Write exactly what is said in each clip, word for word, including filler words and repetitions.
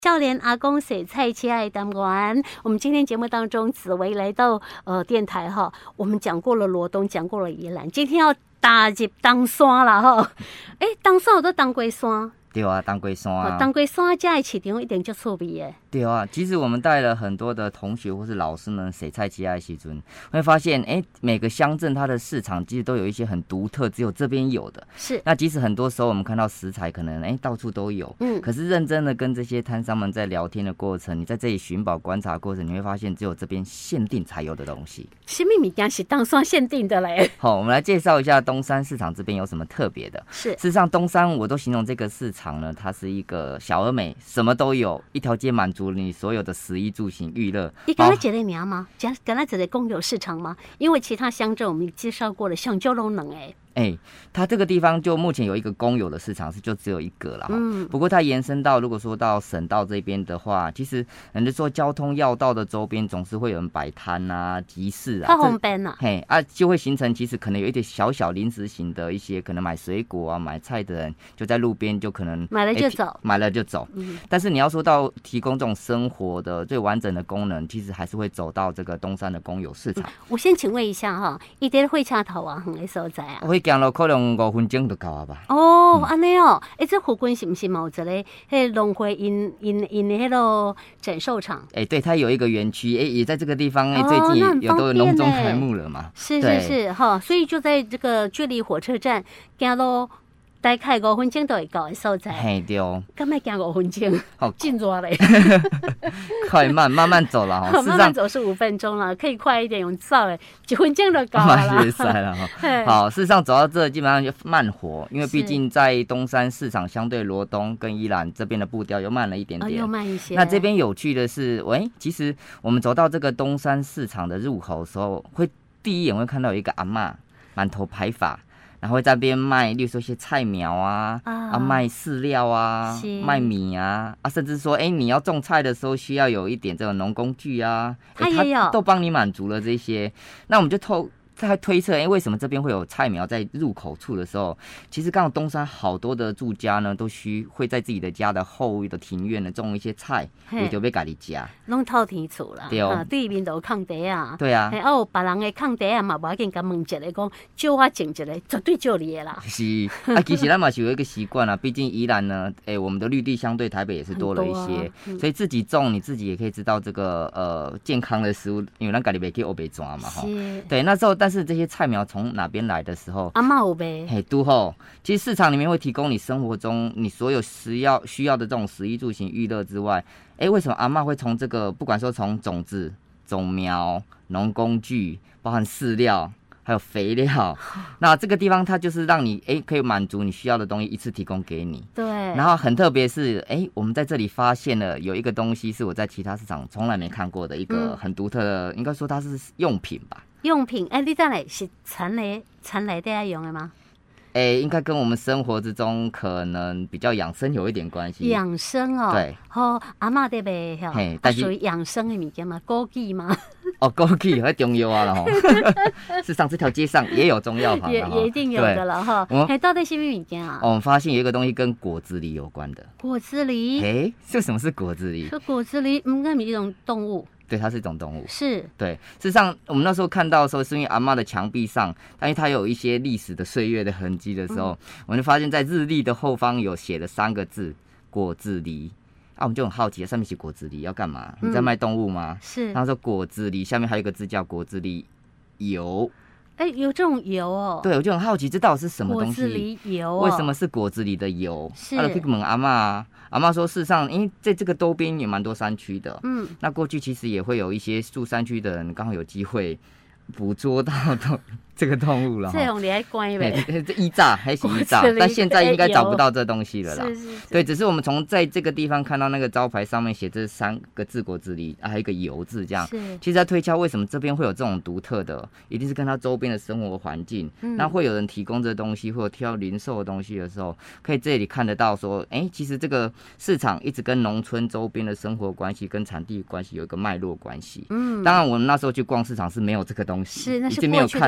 少年阿公洗菜切爱单元，我们今天节目当中，紫薇来到呃电台哈，我们讲过了罗东，讲过了宜兰，今天要打入东山了哈。哎，东山有都当过山。 对啊，当过山啊， 当过山这的市场一定就趣味的。 对啊，其实我们带了很多的同学或是老师们洗菜期的时阵，会发现，哎，每个乡镇它的市场其实都有一些很独特，只有这边有的。 是。 那即使很多时候我们看到食材可能哎到处都有，嗯，可是认真的跟这些摊商们在聊天的过程，你在这里寻宝观察的过程，你会发现只有这边限定才有的东西。 什么物件是东山限定的嘞？ 好，我们来介绍一下东山市场这边有什么特别的。 是。 事实上，东山我都形容这个市场呢，它是一个小而美，什么都有，一条街满足你所有的食衣住行娱乐。 你刚才讲的名吗？讲刚才讲的公有市场吗？因为其他乡镇我们介绍过了，像九龙能哎。 哎、欸，它这个地方就目前有一个公有的市场是就只有一个啦。嗯，不过它延伸到如果说到省道这边的话，其实人家说交通要道的周边总是会有人摆摊啊、集市啊， 太方便了。 嘿啊，就会形成其实可能有一点小小临时型的一些可能买水果啊、买菜的人就在路边就可能买了就走， 欸、买了就走。嗯，但是你要说到提供这种生活的最完整的功能，其实还是会走到这个东山的公有市场。嗯、 我先请问一下哈，伊在火车头啊，远的所在啊？ 行路可能五分钟就到啊吧。 哦，安尼哦，哎，这附近是不是有一个迄农会因因因的迄个展售场？ 哎、欸，对，它有一个园区，哎，也在这个地方，哎、哦，最近也有都隆重开幕了嘛。 是是是，哈，所以就在这个距离火车站行路大概五分钟就会到的所在。 嘿，对哦。 干嘛行五分钟？好，真热嘞。 快慢慢慢走了哈， 慢慢走是五分钟了，可以快一点用走的，几分钟就到了啦。 是了哈。好，事实上走到这基本上就慢活，因为毕竟在东山市场相对罗东跟宜兰这边的步调又慢了一点点， 哦、又慢一些。 那这边有趣的是，喂，其实我们走到这个东山市场的入口的时候，会第一眼会看到有一个阿嬷满头白发。然后会在那边卖，例如说一些菜苗啊，啊, 啊卖饲料啊，卖米啊，啊甚至说，哎，你要种菜的时候需要有一点这种农工具啊， 他也有， 都帮你满足了这些。那我们就透。在推测，哎，为什么这边会有菜苗在入口处的时候？其实刚好东山好多的住家呢，都需会在自己的家的后的庭院呢种一些菜，为就要家己吃。 拢透天厝啦， 对哦， 对面都有空地啊。 对啊， 哎哦，别人的空地啊嘛，无要紧，甲问一下，讲借我种一个，绝对借你的啦。 是啊，其实咱嘛是有一个习惯啦，毕竟宜兰呢，哎，我们的绿地相对台北也是多了一些，啊嗯、所以自己种，你自己也可以知道这个呃健康的食物，因为咱家己袂去黑白抓嘛哈。对，那时候但是这些菜苗从哪边来的时候， 阿嬷有呗。 嘿，都后，其实市场里面会提供你生活中你所有需要需要的这种食衣住行娱乐之外，哎，为什么阿嬷会从这个不管说从种子、种苗、农工具，包含饲料，还有肥料，那这个地方它就是让你哎可以满足你需要的东西一次提供给你。 对。 然后很特别是，哎，我们在这里发现了有一个东西是我在其他市场从来没看过的一个很独特的，嗯、应该说它是用品吧。 用品，哎，你再来是田里田里底下用的吗？ 哎，应该跟我们生活之中可能比较养生有一点关系。 养生哦， 对， 好、哦，阿嬷在卖吼， 嘿，但是属于养生的物件嘛，枸杞吗？ 哦，枸杞还中药啊了哈，市场这条街上也有中药行， 也也一定有的了哈。哎，到底是什么物件啊？ 我们发现有一个东西跟果子狸有关的。 果子狸？ 哎，这什么是果子狸？ 这果子狸应该是一种动物。 对，它是一种动物。 是， 对。事实上，我们那时候看到的时候，是因为阿嬷的墙壁上，因为它有一些历史的岁月的痕迹的时候，嗯、我们就发现，在日历的后方有写了三个字“果子狸”。啊，我们就很好奇，上面写果子狸要干嘛？你在卖动物吗？ 嗯、是。 他说果子狸下面还有一个字叫果子狸油。 哎，有这种油哦？ 对，我就很好奇，这到底是什么东西？ 果子狸油、哦， 为什么是果子狸的油？ 是。 啊，就去问阿嬷啊。阿嬷说，事实上，因为在这个周边也蛮多山区的，嗯，那过去其实也会有一些住山区的人刚好有机会捕捉到这个动物了。 这种你还乖呗？ 这依诈还是依诈？但现在应该找不到这东西了啦。 是是是。 对，只是我们从在这个地方看到那个招牌上面写这三个字果子狸，还有一个油字这样。 是。 其实在推敲为什么这边会有这种独特的，一定是跟它周边的生活环境。嗯。那会有人提供这东西，或者挑零售的东西的时候，可以这里看得到说，哎，其实这个市场一直跟农村周边的生活关系、跟产地关系有一个脉络关系。嗯。当然，我们那时候去逛市场是没有这个东西， 是那是已经没有看到的。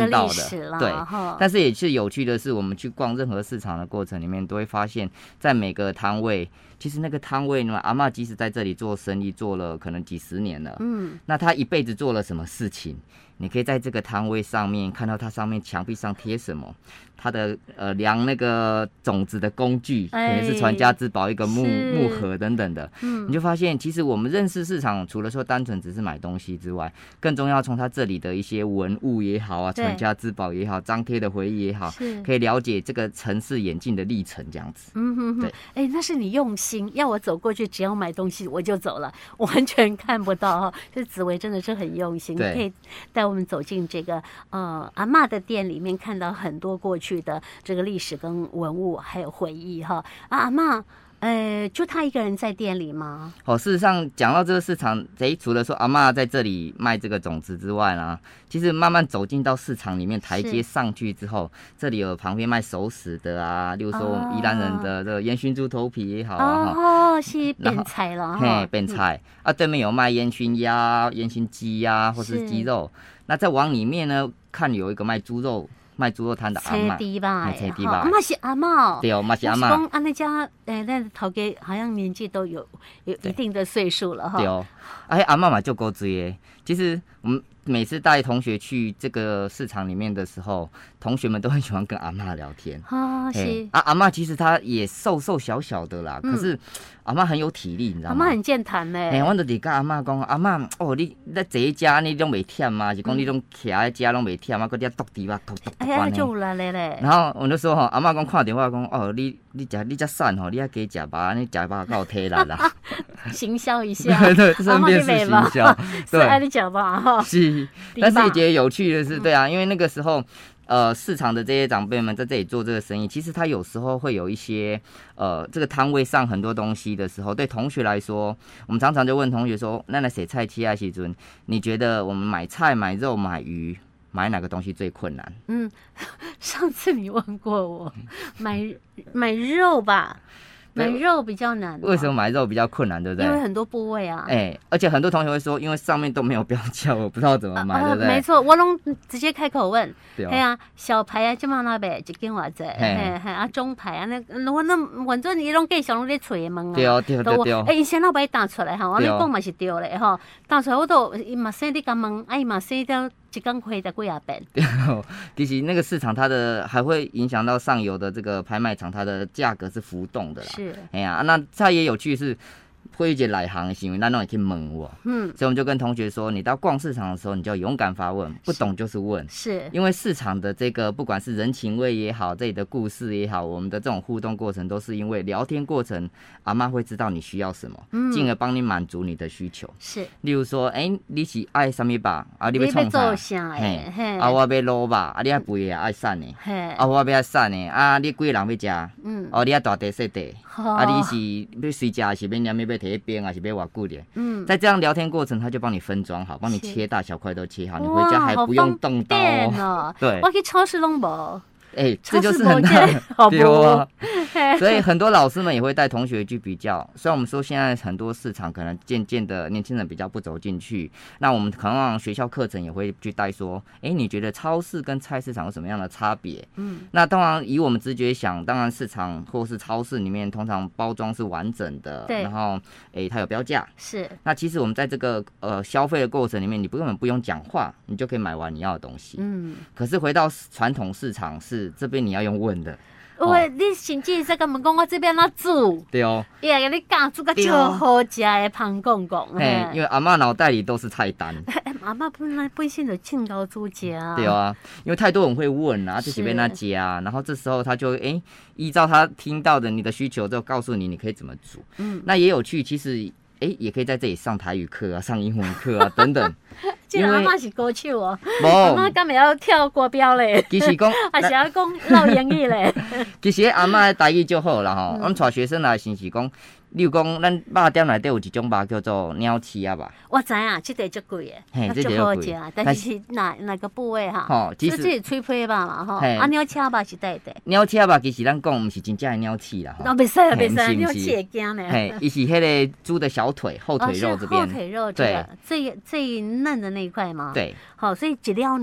的，对。但是也是有趣的是，我们去逛任何市场的过程里面，都会发现，在每个摊位，其实那个摊位呢，阿嬷即使在这里做生意做了可能几十年了，嗯，那她一辈子做了什么事情？你可以在这个摊位上面看到它上面墙壁上贴什么，它的呃量那个种子的工具，可能是传家之宝一个木木盒等等的，嗯，你就发现其实我们认识市场，除了说单纯只是买东西之外，更重要从它这里的一些文物也好啊，传家之宝也好，张贴的回忆也好，可以了解这个城市演进的历程这样子。 嗯哼哼，对，哎、欸，那是你用心，要我走过去只要买东西我就走了，完全看不到哈。这紫薇真的是很用心，可以带我们走进这个呃阿嬷的店里面，看到很多过去的这个历史跟文物还有回忆哈。啊，阿嬷，呃，就她一个人在店里吗？ 哦，事实上讲到这个市场，哎，除了说阿嬷在这里卖这个种子之外呢，其实慢慢走进到市场里面，台阶上去之后，这里有旁边卖熟食的啊，例如说我们宜兰人的这个烟熏猪头皮也好啊， 哦，是变菜了哈， 嘿，变菜、嗯、啊，对面有卖烟熏鸭、烟熏鸡呀，或是鸡肉。那再往里面呢，看有一个卖猪肉。卖猪肉摊的阿嬷， 车吧， 车底吧， 阿嬷是阿嬷， 对哦，嘛是阿嬷。 讲安那家，诶，那头家好像年纪都有有一定的岁数了哈。 对哦，哎，阿嬷嘛就够追诶。其实我们每次带同学去这个市场里面的时候，同学们都很喜欢跟阿嬷聊天。 啊，是啊，阿嬷其实她也瘦瘦小小的啦，嗯、可是阿嬷很有体力，你知道吗？ 阿嬷很健谈嘞。 哎，我就是跟阿嬷讲，阿嬷哦，你在坐家你拢袂忝吗？是讲你拢徛在家拢袂忝啊？搁你篤地吧，篤篤篤。 哎呀，就有来嘞。 然后我就说吼，阿嬷讲看电话讲，哦，你你食你遮瘦吼，你要加食吧，你食吧够体力啦。 行销一下， 对对，这是电视行销， 对，爱你讲吧哈。 是，但是也觉得有趣的是，对啊，因为那个时候，呃，市场的这些长辈们在这里做这个生意，其实他有时候会有一些，呃，这个摊位上很多东西的时候，对同学来说，我们常常就问同学说，那那谁菜期啊时阵，你觉得我们买菜、买肉、买鱼，买哪个东西最困难？ 嗯，上次你问过我，买买肉吧。买肉比较难， 为什么买肉比较困难，对不对？ 因为很多部位啊。 哎、欸，而且很多同学会说，因为上面都没有标价，我不知道怎么买，啊、对不对？ 没错，我拢直接开口问。 对啊，小排啊，即马那边一斤偌济？嘿嘿啊，中排啊，那我那反正伊拢继续拢咧揣问啊。 对对对对。 哎，伊先老把伊打出来哈，我咧讲嘛是对咧吼，打出来我都伊嘛生伫甲问，啊伊嘛生到。一天亏的几啊遍。 其实那个市场它的还会影响到上游的这个拍卖场，它的价格是浮动的啦。 是， 哎呀，那它也有趣是。会一些来行的行为，那种也可以问我，嗯，所以我们就跟同学说，你到逛市场的时候，你就要勇敢发问，不懂就是问， 是， 因为市场的这个不管是人情味也好，这里的故事也好，我们的这种互动过程，都是因为聊天过程，阿嬷会知道你需要什么，嗯，进而帮你满足你的需求， 是，例如说，哎、欸，你是爱什么吧？啊，你要创啥？嘿，啊，我要卤吧，啊，你爱肥的，爱瘦的，啊，我要瘦的，啊，你几个人要吃？嗯，哦，你要大地小地，啊，你是要随吃还是要念要？铁边啊，是别瓦固的。嗯，在这样聊天过程，他就帮你分装好，帮你切大小块都切好，你回家还不用动刀哦。对，我去超市弄无。 哎、欸，这就是很大的丢啊！所以很多老师们也会带同学去比较。虽然我们说现在很多市场可能渐渐的年轻人比较不走进去，那我们可能学校课程也会去带说，哎、欸，你觉得超市跟菜市场有什么样的差别？嗯，那当然以我们直觉想，当然市场或是超市里面通常包装是完整的， 对， 然后哎、欸、它有标价， 是。 那其实我们在这个呃消费的过程里面，你根本不用讲话，你就可以买完你要的东西。嗯，可是回到传统市场是。这边你要用问的， 喂、哦，你甚至在跟我们讲我这边怎煮？ 对哦， 伊也给你教煮个超好食的香公公。 嘿，因为阿嬷脑袋里都是菜单。 阿嬷本来本身就青高煮食啊。 对啊，因为太多人会问啊，这几边那家，然后这时候他就哎、欸、依照他听到的你的需求，就告诉你你可以怎么煮。嗯，那也有趣，其实。哎、欸，也可以在这里上台语课啊，上英文课啊，等等。 这阿嬷是歌手哦，阿嬷干嘛要跳国标嘞？ 其实讲， 还是要讲老英语嘞？ 其实阿嬷的台语就好啦吼，我们带学生来先是讲。例如讲，咱肉店内底有一种肉叫做鸟翅啊吧。 我知啊，这个足贵的， 嘿，这个好食，但是哪哪个部位哈？ 吼，其实这是脆皮吧嘛吼。啊，鸟翅吧是带的。 鸟翅吧其实咱讲唔是真正的鸟翅啦。 哦，袂使啊，袂使，鸟翅会惊呢。 嘿，伊是迄个猪的小腿、后腿肉这边。 后腿肉，对，最最嫩的那一块嘛。 对。 好，所以一了尔。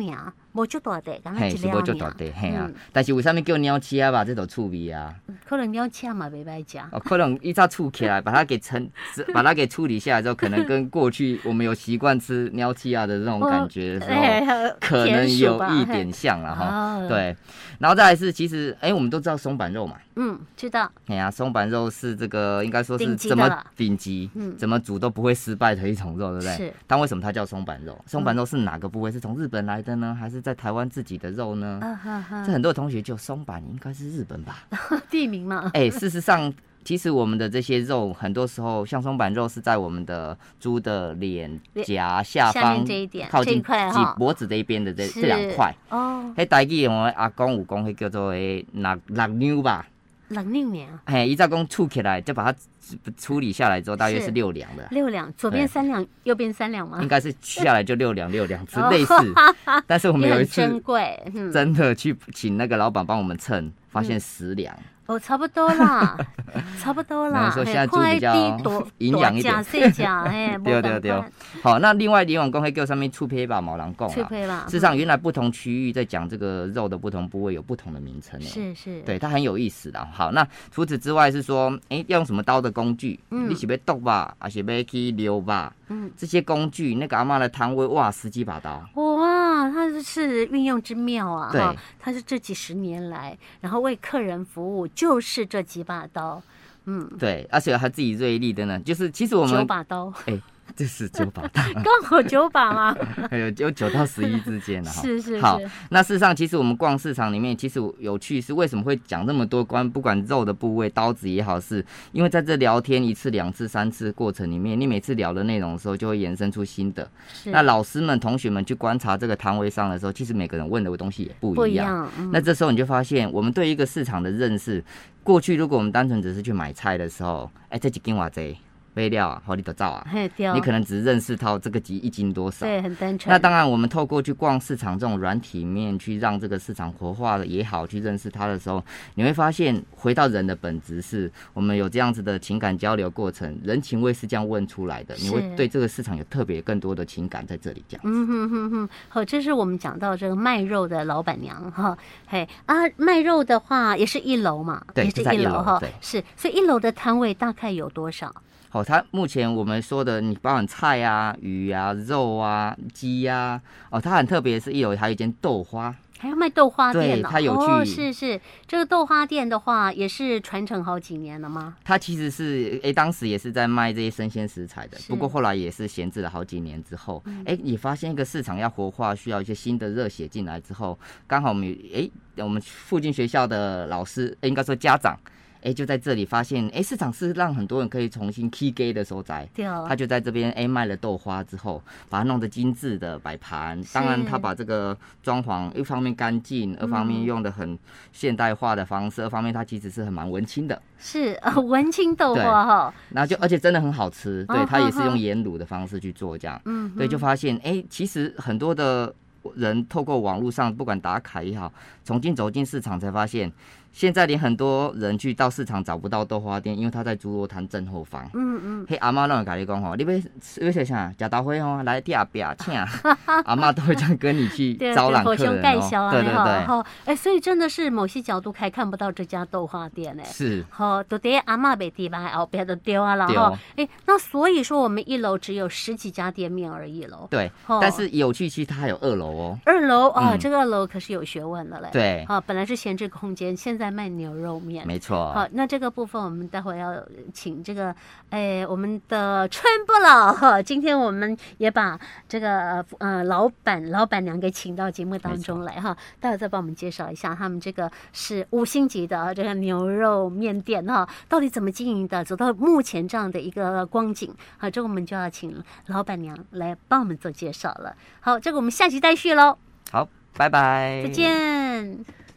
无足大地，敢若嘿， 一是无足大两地，嘿啊。但是为什么叫鸟翅啊吧？这种趣味啊。 可能鸟翅嘛袂歹食。 哦，可能一早处起来，把它给成，把它给处理下来之后，可能跟过去我们有习惯吃鸟翅啊的这种感觉的时候，可能有一点像了哈。对，然后再来是，其实哎，我们都知道松板肉嘛。 嗯，知道。 哎呀，松板肉是这个应该说是怎么顶级， 嗯， 怎么煮都不会失败的一种肉，对不对？ 是。 但为什么它叫松板肉？松板肉是哪个部位？是从日本来的呢，还是在台湾自己的肉呢？ 啊哈哈。 这很多同学就松板应该是日本吧？ 地名嘛。 哎，事实上。其实我们的这些肉，很多时候像松板肉是在我们的猪的脸颊下方，靠近脖子这一边的这这两块。哦。迄台语我阿公有讲，迄叫做诶六六两吧。 六两年。 嘿，伊再讲处起来，就把它处理下来之后，大约是六两的。 六两，左边三两，右边三两吗？ 应该是下来就六两六两，是类似。但是我们有一次珍贵， 真的去请那个老板帮我们称，发现十两。 哦，差不多啦，差不多啦。 说现在猪比较营养一点， 细只，嘿， 对对对。好，那另外李网公会叫上面醋胚吧，毛囊贡啊。 醋胚吧。 事实上，原来不同区域在讲这个肉的不同部位有不同的名称。 是是。 对，它很有意思的。好，那除此之外是说，哎，要用什么刀的工具？嗯。你是要剁吧，还是要去溜吧？嗯。这些工具，那个阿嬷的摊位，哇，十几把刀。 哇，它是运用之妙啊！ 对， 它是这几十年来，然后为客人服务，就是这几把刀。嗯， 对，而且他自己锐利的呢，就是其实我们九把刀， 哎、欸，这是九把刀， 刚好九把吗？ 有有九到十一之间的哈。 是是是。 好，那事实上，其实我们逛市场里面，其实有趣是为什么会讲这么多关，不管肉的部位、刀子也好，是因为在这聊天一次、两次、三次过程里面，你每次聊的内容的时候，就会延伸出新的。那老师们、同学们去观察这个摊位上的时候，其实每个人问的东西也不一样。 不一样。嗯、 那这时候你就发现，我们对一个市场的认识。过去如果我们单纯只是去买菜的时候，哎、欸，这几斤偌济买了啊，好你就走啊，你可能只认识到这个几一斤多少， 对，很单纯。 那当然，我们透过去逛市场这种软体面，去让这个市场活化的也好，去认识它的时候，你会发现，回到人的本质是，我们有这样子的情感交流过程，人情味是这样问出来的，你会对这个市场有特别更多的情感在这里这样子。 嗯哼哼哼，好，这是我们讲到这个卖肉的老板娘哈，嘿啊，卖肉的话也是一楼嘛， 对， 也是一楼哈，是，所以一楼的摊位大概有多少？ 好、哦，它目前我们说的，你包含菜啊、鱼啊、肉啊、鸡啊，哦，它很特别，是一楼还有一间豆花， 还要卖豆花店呢、 哦。对，它有趣、 哦。是是，这个豆花店的话，也是传承好几年了吗？ 它其实是，哎，当时也是在卖这些生鲜食材的，不过后来也是闲置了好几年之后，哎、嗯，也发现一个市场要活化，需要一些新的热血进来之后，刚好我们，哎，我们附近学校的老师，应该说家长。哎，就在这里发现，哎，市场是让很多人可以重新 key gay 的所在。 对哦。 他就在这边哎卖了豆花之后，把它弄得精致的摆盘。当然，他把这个装潢一方面干净，二方面用的很现代化的方式，二方面它其实是很蛮文青的。 是啊，文青豆花哈。 然后就而且真的很好吃，对，它也是用盐卤的方式去做这样。嗯。对，就发现哎，其实很多的人透过网络上不管打卡也好，重新走进市场才发现。现在连很多人去到市场找不到豆花店，因为他在猪肉摊正后方。嗯嗯。嘿，阿嬷那种跟你讲吼，你要要吃啥？吃豆花哦，来第二边请。阿嬷都会这样跟你去招揽客人哦。对对对。 好，哎，所以真的是某些角度还看不到这家豆花店哎。 是。 好，都得阿嬷没地吧，后边都丢啊了哈。哎，那所以说我们一楼只有十几家店面而已喽。 对。但是有趣，其实它还有二楼哦。 二楼啊，这个二楼可是有学问的嘞。 对。 啊，本来是闲置空间，现在在卖牛肉面， 没错。 好，那这个部分我们待会要请这个，哎，我们的春不老哈，今天我们也把这个呃老板老板娘给请到节目当中来哈，待会再帮我们介绍一下他们这个是五星级的这个牛肉面店哈，到底怎么经营的，走到目前这样的一个光景，好，这个我们就要请老板娘来帮我们做介绍了。好，这个我们下集待续喽。 好，拜拜， 再见。